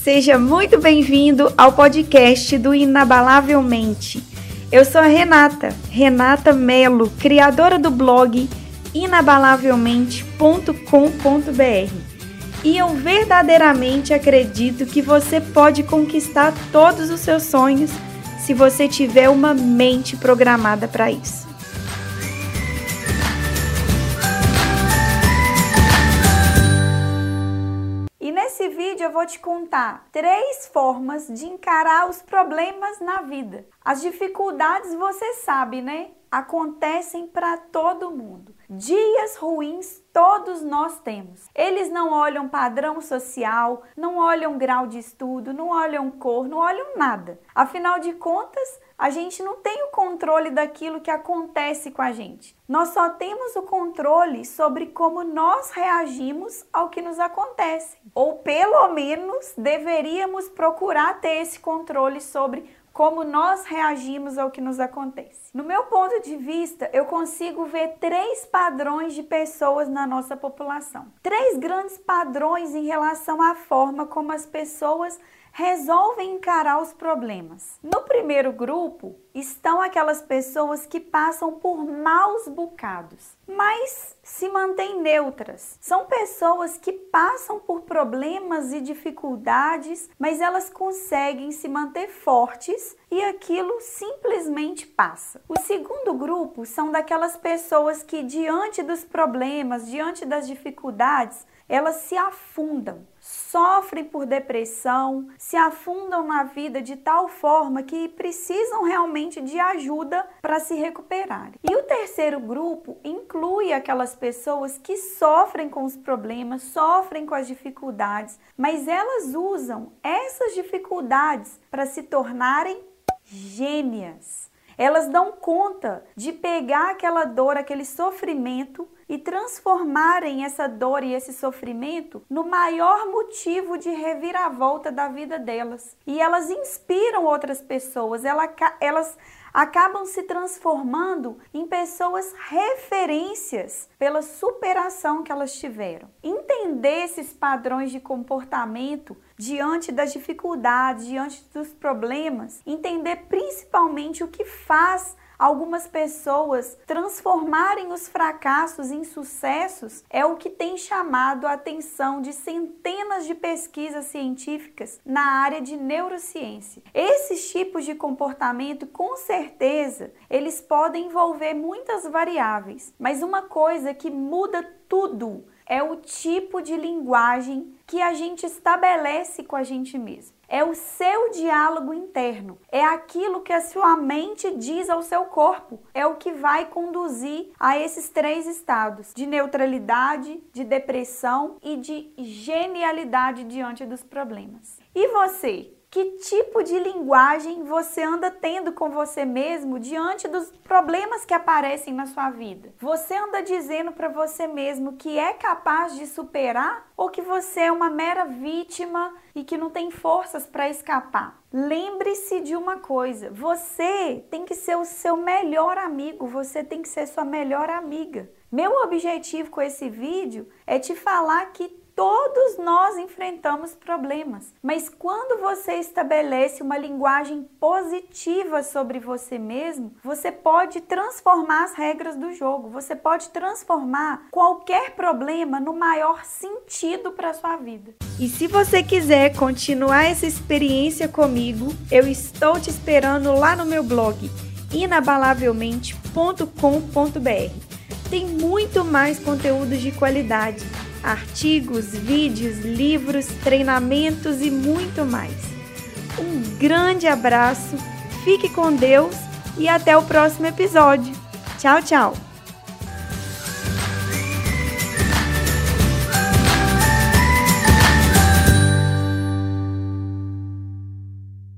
Seja muito bem-vindo ao podcast do Inabalavelmente. Eu sou a Renata Melo, criadora do blog inabalavelmente.com.br. E eu verdadeiramente acredito que você pode conquistar todos os seus sonhos se você tiver uma mente programada para isso. E nesse vídeo eu vou te contar 3 formas de encarar os problemas na vida. As dificuldades, você sabe, né? Acontecem para todo mundo. Dias ruins todos nós temos. Eles não olham padrão social, não olham grau de estudo, não olham cor, não olham nada. Afinal de contas, a gente não tem o controle daquilo que acontece com a gente. Nós só temos o controle sobre como nós reagimos ao que nos acontece. Ou pelo menos deveríamos procurar ter esse controle sobre como nós reagimos ao que nos acontece. No meu ponto de vista, eu consigo ver 3 padrões de pessoas na nossa população. 3 grandes padrões em relação à forma como as pessoas resolvem encarar os problemas. No primeiro grupo estão aquelas pessoas que passam por maus bocados, mas se mantêm neutras. São pessoas que passam por problemas e dificuldades, mas elas conseguem se manter fortes e aquilo simplesmente passa. O segundo grupo são daquelas pessoas que, diante dos problemas, diante das dificuldades, elas se afundam, sofrem por depressão, se afundam na vida de tal forma que precisam realmente de ajuda para se recuperarem. E o terceiro grupo inclui aquelas pessoas que sofrem com os problemas, sofrem com as dificuldades, mas elas usam essas dificuldades para se tornarem gênias. Elas dão conta de pegar aquela dor, aquele sofrimento e transformarem essa dor e esse sofrimento no maior motivo de reviravolta da vida delas. E elas inspiram outras pessoas, elas acabam se transformando em pessoas referências pela superação que elas tiveram. Entender esses padrões de comportamento diante das dificuldades, diante dos problemas, entender principalmente o que faz algumas pessoas transformarem os fracassos em sucessos é o que tem chamado a atenção de centenas de pesquisas científicas na área de neurociência. Esses tipos de comportamento, com certeza, eles podem envolver muitas variáveis, mas uma coisa que muda tudo é o tipo de linguagem que a gente estabelece com a gente mesmo. É o seu diálogo interno, é aquilo que a sua mente diz ao seu corpo, é o que vai conduzir a esses 3 estados, de neutralidade, de depressão e de genialidade diante dos problemas. E você? Que tipo de linguagem você anda tendo com você mesmo diante dos problemas que aparecem na sua vida? Você anda dizendo para você mesmo que é capaz de superar ou que você é uma mera vítima e que não tem forças para escapar? Lembre-se de uma coisa, você tem que ser o seu melhor amigo, você tem que ser sua melhor amiga. Meu objetivo com esse vídeo é te falar que todos nós enfrentamos problemas, mas quando você estabelece uma linguagem positiva sobre você mesmo, você pode transformar as regras do jogo, você pode transformar qualquer problema no maior sentido para a sua vida. E se você quiser continuar essa experiência comigo, eu estou te esperando lá no meu blog inabalavelmente.com.br. Tem muito mais conteúdo de qualidade. Artigos, vídeos, livros, treinamentos e muito mais. Um grande abraço, fique com Deus e até o próximo episódio. Tchau, tchau!